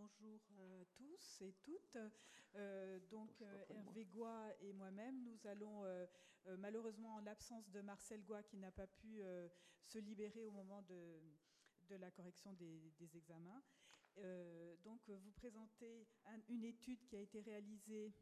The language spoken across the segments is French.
bonjour à tous et toutes. Hervé Goy et moi-même, nous allons, malheureusement en l'absence de Marcel Goy qui n'a pas pu se libérer au moment de la correction des examens, vous présenter une étude qui a été réalisée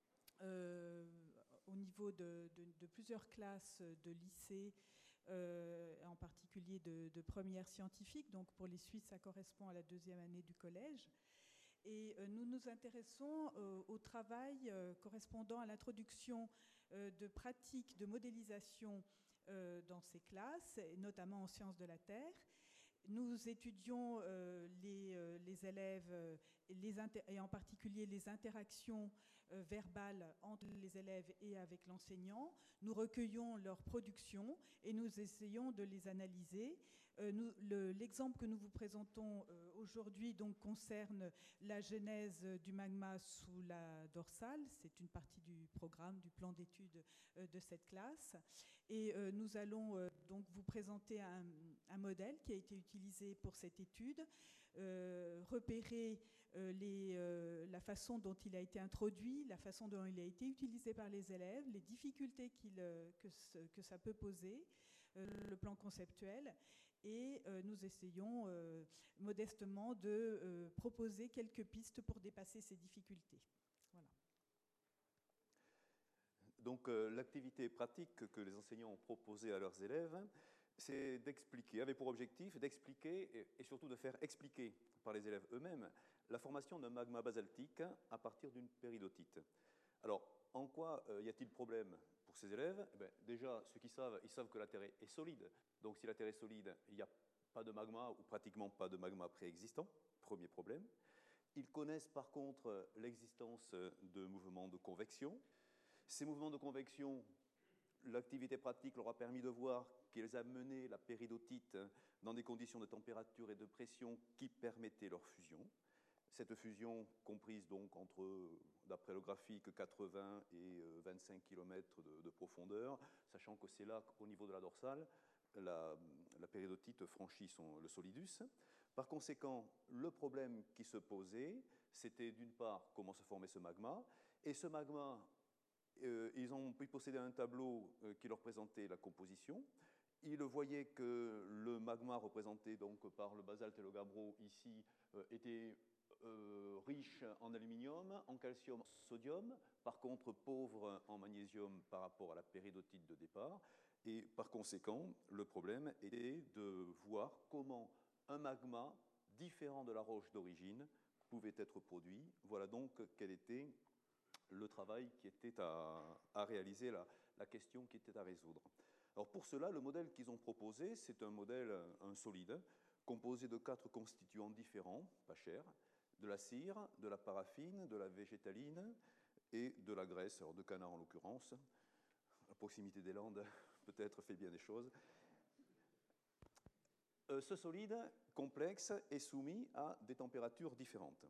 au niveau de plusieurs classes de lycée, en particulier de première scientifique. Donc pour les Suisses, ça correspond à la deuxième année du collège. Et nous nous intéressons au travail correspondant à l'introduction de pratiques de modélisation dans ces classes, et notamment en sciences de la Terre. Nous étudions les élèves et en particulier les interactions verbales entre les élèves et avec l'enseignant. Nous recueillons leurs productions et nous essayons de les analyser. L'exemple que nous vous présentons aujourd'hui concerne la genèse du magma sous la dorsale. C'est une partie du programme, du plan d'études de cette classe. Et nous allons donc vous présenter un modèle qui a été utilisé pour cette étude, repérer la façon dont il a été introduit, la façon dont il a été utilisé par les élèves, les difficultés que ça peut poser, le plan conceptuel, et nous essayons modestement de proposer quelques pistes pour dépasser ces difficultés. Voilà. Donc l'activité pratique que les enseignants ont proposée à leurs élèves, c'est d'expliquer, avait pour objectif d'expliquer et surtout de faire expliquer par les élèves eux-mêmes la formation d'un magma basaltique à partir d'une péridotite. Alors, en quoi y a-t-il problème pour ces élèves? Déjà, ceux qui savent, ils savent que la Terre est solide. Donc si la Terre est solide, il n'y a pas de magma ou pratiquement pas de magma préexistant, premier problème. Ils connaissent par contre l'existence de mouvements de convection. Ces mouvements de convection, l'activité pratique leur a permis de voir qu'ils amenaient la péridotite dans des conditions de température et de pression qui permettaient leur fusion. Cette fusion comprise donc entre, d'après le graphique, 80 et 25 km de profondeur, sachant que c'est là qu'au niveau de la dorsale, la péridotite franchit le solidus. Par conséquent, le problème qui se posait, c'était d'une part comment se formait ce magma, et ce magma, ils ont pu posséder un tableau qui leur présentait la composition. Ils voyaient que le magma représenté donc par le basalte et le gabbro ici était riche en aluminium, en calcium, en sodium, par contre pauvre en magnésium par rapport à la péridotite de départ. Et par conséquent, le problème était de voir comment un magma différent de la roche d'origine pouvait être produit. Voilà donc quel était le travail qui était à réaliser, la question qui était à résoudre. Alors pour cela, le modèle qu'ils ont proposé, c'est un modèle, un solide, composé de 4 constituants différents, pas chers, de la cire, de la paraffine, de la végétaline et de la graisse, alors de canard en l'occurrence. La proximité des Landes peut-être fait bien des choses. Ce solide complexe est soumis à des températures différentes.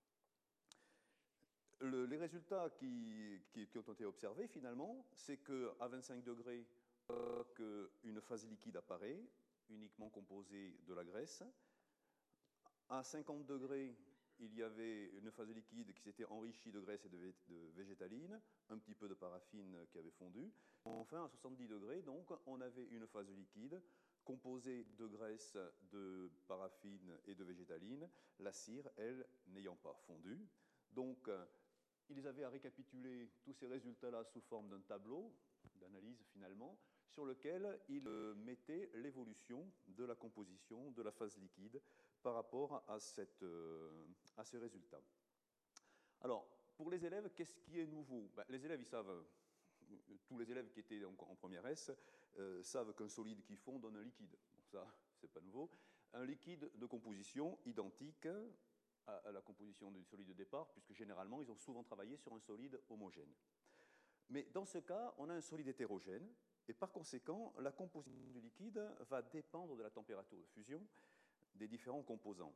Les résultats qui ont été observés, finalement, c'est qu'à 25 degrés, une phase liquide apparaît, uniquement composée de la graisse. À 50 degrés, il y avait une phase liquide qui s'était enrichie de graisse et de végétaline, un petit peu de paraffine qui avait fondu. Enfin, à 70 degrés, donc, on avait une phase liquide composée de graisse, de paraffine et de végétaline, la cire, elle, n'ayant pas fondu. Donc, ils avaient à récapituler tous ces résultats-là sous forme d'un tableau d'analyse finalement, sur lequel ils mettaient l'évolution de la composition de la phase liquide par rapport à ces résultats. Alors, pour les élèves, qu'est-ce qui est nouveau? Les élèves, ils savent, tous les élèves qui étaient donc en première S savent qu'un solide qui fond donne un liquide. Bon, ça, c'est pas nouveau. Un liquide de composition identique à la composition du solide de départ, puisque généralement, ils ont souvent travaillé sur un solide homogène. Mais dans ce cas, on a un solide hétérogène, et par conséquent, la composition du liquide va dépendre de la température de fusion des différents composants.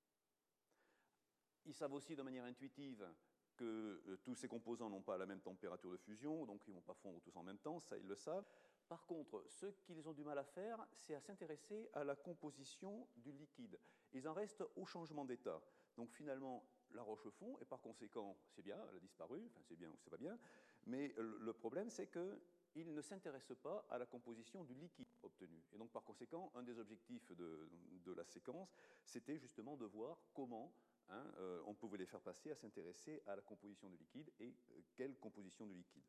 Ils savent aussi de manière intuitive que tous ces composants n'ont pas la même température de fusion, donc ils ne vont pas fondre tous en même temps, ça ils le savent. Par contre, ce qu'ils ont du mal à faire, c'est à s'intéresser à la composition du liquide. Ils en restent au changement d'état. Donc finalement, la roche fond, et par conséquent, c'est bien, elle a disparu, enfin c'est bien ou c'est pas bien, mais le problème c'est qu'il ne s'intéresse pas à la composition du liquide obtenu. Et donc par conséquent, un des objectifs de la séquence, c'était justement de voir comment on pouvait les faire passer à s'intéresser à la composition du liquide et quelle composition du liquide.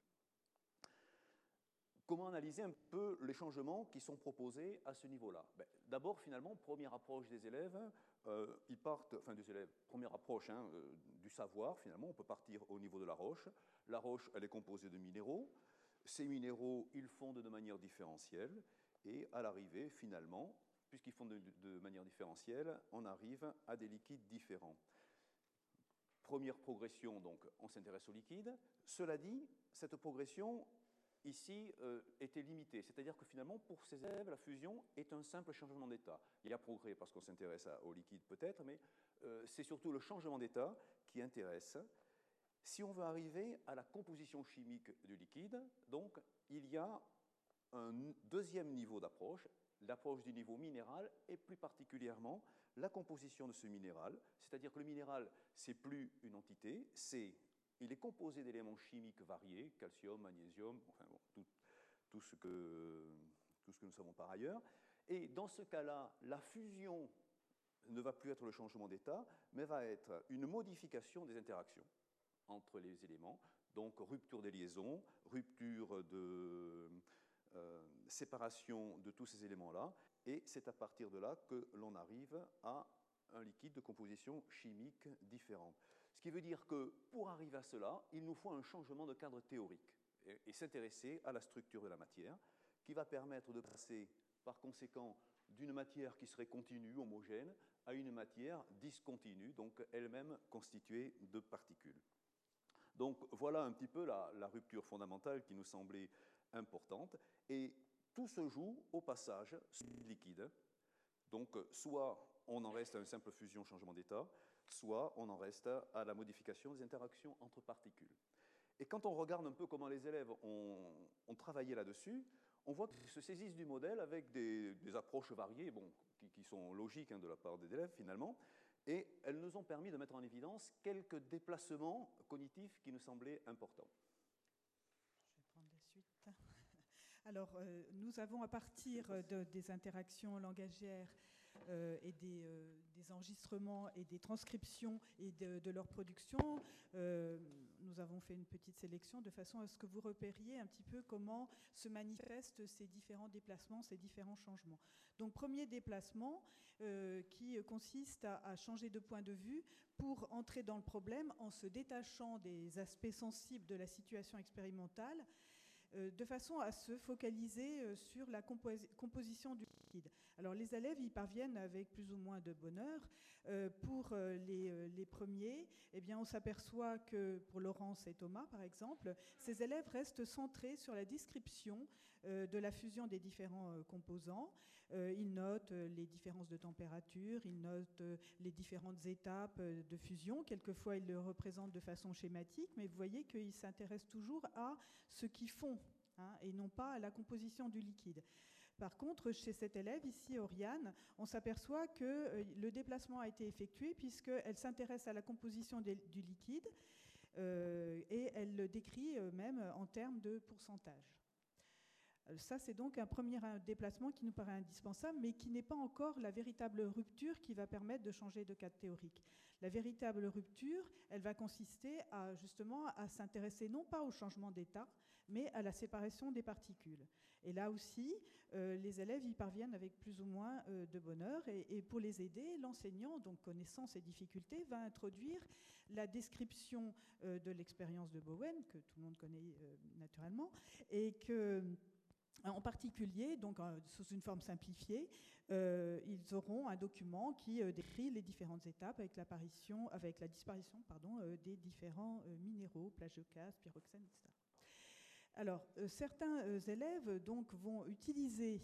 Comment analyser un peu les changements qui sont proposés à ce niveau-là? D'abord, finalement, première approche des élèves, ils partent, enfin des élèves, première approche du savoir, finalement, on peut partir au niveau de la roche. La roche, elle est composée de minéraux. Ces minéraux, ils fondent de manière différentielle. Et à l'arrivée, finalement, puisqu'ils fondent de manière différentielle, on arrive à des liquides différents. Première progression, donc, on s'intéresse aux liquides. Cela dit, cette progression ici était limitée, c'est-à-dire que finalement pour ces élèves la fusion est un simple changement d'état. Il y a progrès parce qu'on s'intéresse au liquide peut-être, mais c'est surtout le changement d'état qui intéresse. Si on veut arriver à la composition chimique du liquide, donc il y a un deuxième niveau d'approche, l'approche du niveau minéral et plus particulièrement la composition de ce minéral, c'est-à-dire que le minéral c'est plus une entité, il est composé d'éléments chimiques variés, calcium, magnésium, enfin bon, tout ce que nous savons par ailleurs. Et dans ce cas-là, la fusion ne va plus être le changement d'état, mais va être une modification des interactions entre les éléments. Donc rupture des liaisons, rupture de séparation de tous ces éléments-là. Et c'est à partir de là que l'on arrive à un liquide de composition chimique différente. Ce qui veut dire que pour arriver à cela, il nous faut un changement de cadre théorique et s'intéresser à la structure de la matière qui va permettre de passer par conséquent d'une matière qui serait continue, homogène, à une matière discontinue, donc elle-même constituée de particules. Donc voilà un petit peu la rupture fondamentale qui nous semblait importante et tout se joue au passage liquide. Donc soit on en reste à une simple fusion, changement d'état, soit on en reste à la modification des interactions entre particules. Et quand on regarde un peu comment les élèves ont travaillé là-dessus, on voit qu'ils se saisissent du modèle avec des approches variées, bon, qui sont logiques de la part des élèves finalement, et elles nous ont permis de mettre en évidence quelques déplacements cognitifs qui nous semblaient importants. Je vais prendre la suite. Alors, nous avons à partir des interactions langagières et des enregistrements et des transcriptions et de leur production, nous avons fait une petite sélection de façon à ce que vous repériez un petit peu comment se manifestent ces différents déplacements, ces différents changements. Donc, premier déplacement qui consiste à changer de point de vue pour entrer dans le problème en se détachant des aspects sensibles de la situation expérimentale de façon à se focaliser sur la composition du liquide. Alors les élèves y parviennent avec plus ou moins de bonheur. Pour les premiers, eh bien, on s'aperçoit que pour Laurence et Thomas, par exemple, ces élèves restent centrés sur la description de la fusion des différents composants. Ils notent les différences de température, ils notent les différentes étapes de fusion. Quelquefois, ils le représentent de façon schématique, mais vous voyez qu'ils s'intéressent toujours à ce qu'ils font, et non pas à la composition du liquide. Par contre, chez cet élève, ici, Oriane, on s'aperçoit que le déplacement a été effectué puisqu'elle s'intéresse à la composition du liquide et elle le décrit même en termes de pourcentage. Ça, c'est donc un premier déplacement qui nous paraît indispensable, mais qui n'est pas encore la véritable rupture qui va permettre de changer de cadre théorique. La véritable rupture, elle va consister justement à s'intéresser non pas au changement d'état, mais à la séparation des particules. Et là aussi, les élèves y parviennent avec plus ou moins de bonheur. Et pour les aider, l'enseignant, donc connaissant ces difficultés, va introduire la description de l'expérience de Bowen, que tout le monde connaît naturellement, et que... En particulier, donc sous une forme simplifiée, ils auront un document qui décrit les différentes étapes avec la disparition des différents minéraux, plagiocase, pyroxène, etc. Alors, certains élèves donc, vont utiliser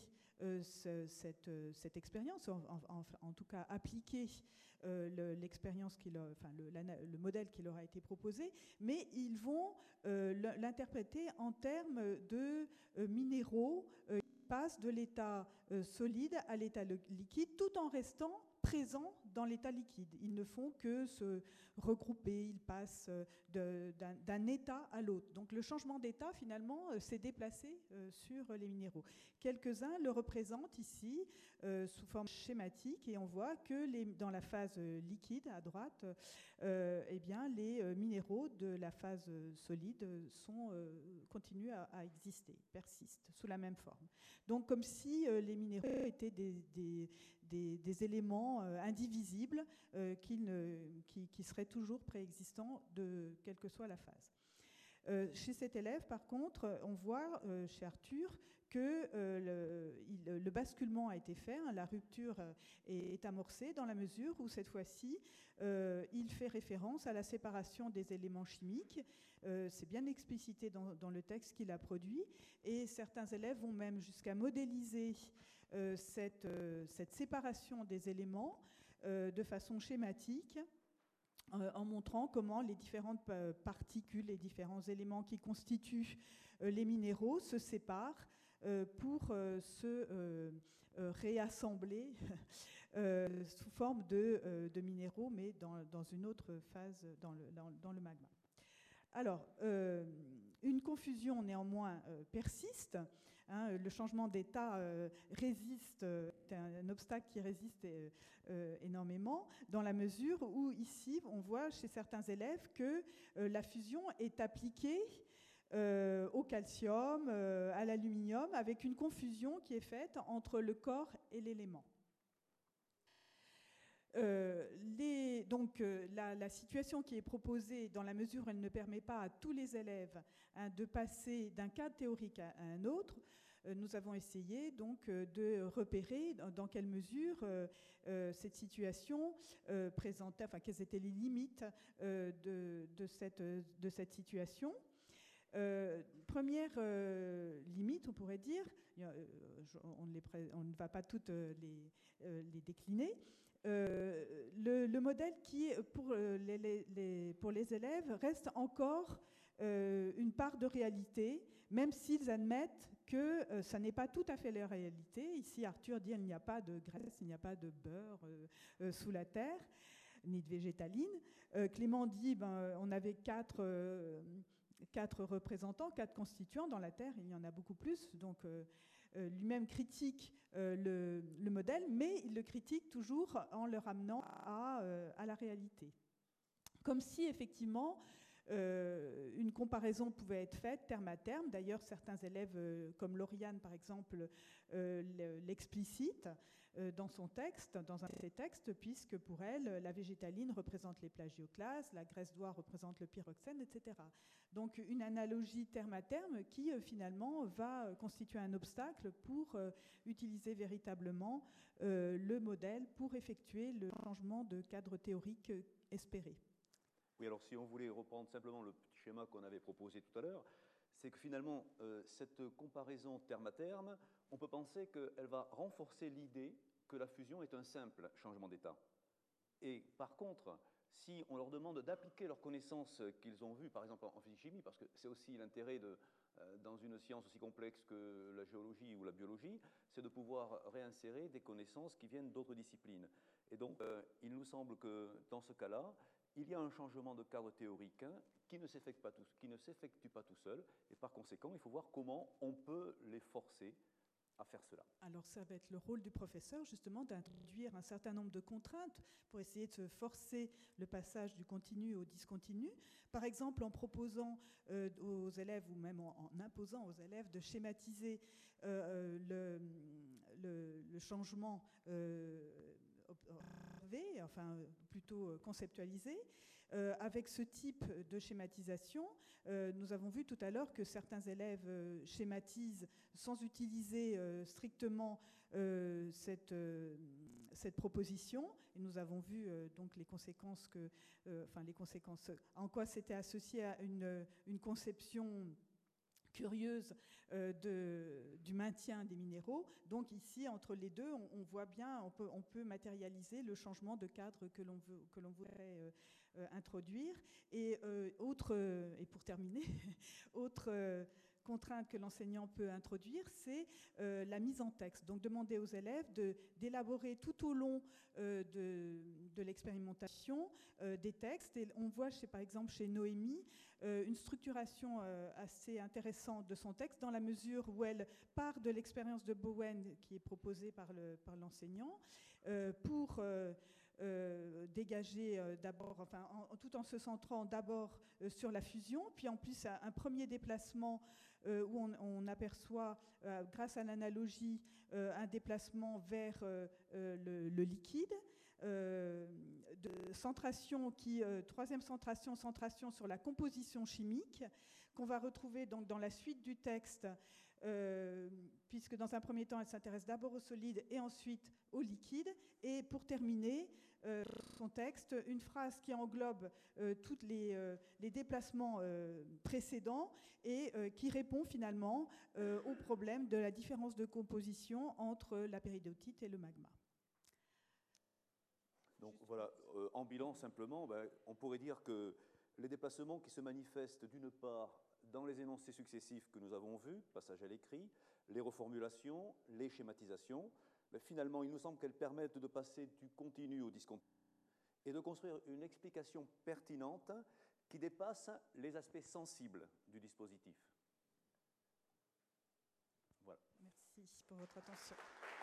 cette expérience, en tout cas appliquer l'expérience, le modèle qui leur a été proposé, mais ils vont l'interpréter en termes de minéraux qui passent de l'état solide à l'état liquide, tout en restant présents dans l'état liquide. Ils ne font que se regrouper, ils passent d'un état à l'autre. Donc le changement d'état, finalement, s'est déplacé sur les minéraux. Quelques-uns le représentent ici sous forme schématique, et on voit que dans la phase liquide, à droite, eh bien, les minéraux de la phase solide continuent à exister, persistent sous la même forme. Donc comme si les minéraux étaient des éléments indivisibles qui seraient toujours préexistants quelle que soit la phase. Chez cet élève, par contre, on voit chez Arthur que le basculement a été fait, la rupture est amorcée dans la mesure où cette fois-ci, il fait référence à la séparation des éléments chimiques. C'est bien explicité dans le texte qu'il a produit, et certains élèves vont même jusqu'à modéliser cette séparation des éléments de façon schématique, en montrant comment les différentes particules, les différents éléments qui constituent les minéraux se séparent pour se réassembler sous forme de minéraux, mais dans une autre phase dans le magma. Alors, une confusion néanmoins persiste. Le changement d'état résiste, c'est un obstacle qui résiste énormément, dans la mesure où ici, on voit chez certains élèves que la fusion est appliquée au calcium, à l'aluminium, avec une confusion qui est faite entre le corps et l'élément. La situation qui est proposée, dans la mesure où elle ne permet pas à tous les élèves de passer d'un cadre théorique à un autre, nous avons essayé donc de repérer dans quelle mesure cette situation présentait, enfin quelles étaient les limites de cette situation. Première limite, on pourrait dire, on ne va pas toutes les décliner. Le modèle qui, pour les élèves, reste encore une part de réalité, même s'ils admettent que ça n'est pas tout à fait la réalité. Ici, Arthur dit qu'il n'y a pas de graisse, il n'y a pas de beurre sous la terre, ni de végétaline. Clément dit on avait quatre représentants, 4 constituants. Dans la Terre, il y en a beaucoup plus. Donc, lui-même critique le modèle, mais il le critique toujours en le ramenant à la réalité. Comme si, effectivement, une comparaison pouvait être faite terme à terme. D'ailleurs, certains élèves, comme Lauriane, par exemple, l'explicitent dans son texte, dans un de ses textes, puisque pour elle, la végétaline représente les plagioclases, la graisse d'oie représente le pyroxène, etc. Donc une analogie terme à terme qui finalement va constituer un obstacle pour utiliser véritablement le modèle pour effectuer le changement de cadre théorique espéré. Oui, alors si on voulait reprendre simplement le petit schéma qu'on avait proposé tout à l'heure, c'est que finalement, cette comparaison terme à terme, on peut penser qu'elle va renforcer l'idée que la fusion est un simple changement d'état. Et par contre, si on leur demande d'appliquer leurs connaissances qu'ils ont vues, par exemple en physique-chimie, parce que c'est aussi l'intérêt dans une science aussi complexe que la géologie ou la biologie, c'est de pouvoir réinsérer des connaissances qui viennent d'autres disciplines. Et donc, il nous semble que dans ce cas-là, il y a un changement de cadre théorique qui ne s'effectue pas tout seul, et par conséquent, il faut voir comment on peut les forcer à faire cela. Alors ça va être le rôle du professeur, justement, d'introduire un certain nombre de contraintes pour essayer de forcer le passage du continu au discontinu. Par exemple, en proposant aux élèves, ou même en imposant aux élèves de schématiser le changement observé, enfin plutôt conceptualisé. Avec ce type de schématisation, nous avons vu tout à l'heure que certains élèves schématisent sans utiliser strictement cette proposition. Et nous avons vu donc les conséquences en quoi c'était associé à une conception curieuse du maintien des minéraux. Donc ici, entre les deux, on voit bien, on peut matérialiser le changement de cadre que l'on voudrait introduire. Et pour terminer, autre contrainte que l'enseignant peut introduire, c'est la mise en texte. Donc demander aux élèves d'élaborer tout au long de l'expérimentation des textes. Et on voit par exemple chez Noémie une structuration assez intéressante de son texte, dans la mesure où elle part de l'expérience de Bowen qui est proposée par l'enseignant pour dégager d'abord, enfin, tout en se centrant d'abord sur la fusion, puis en plus un premier déplacement où on aperçoit, grâce à l'analogie, un déplacement vers le liquide. De centration troisième centration sur la composition chimique, qu'on va retrouver donc dans la suite du texte, puisque dans un premier temps, elle s'intéresse d'abord au solide et ensuite au liquide. Et pour terminer son texte, une phrase qui englobe tous les déplacements précédents et qui répond finalement au problème de la différence de composition entre la péridotite et le magma. Donc voilà, en bilan simplement, on pourrait dire que les déplacements qui se manifestent d'une part dans les énoncés successifs que nous avons vus, passage à l'écrit, les reformulations, les schématisations, finalement il nous semble qu'elles permettent de passer du continu au discontinu et de construire une explication pertinente qui dépasse les aspects sensibles du dispositif. Voilà. Merci pour votre attention.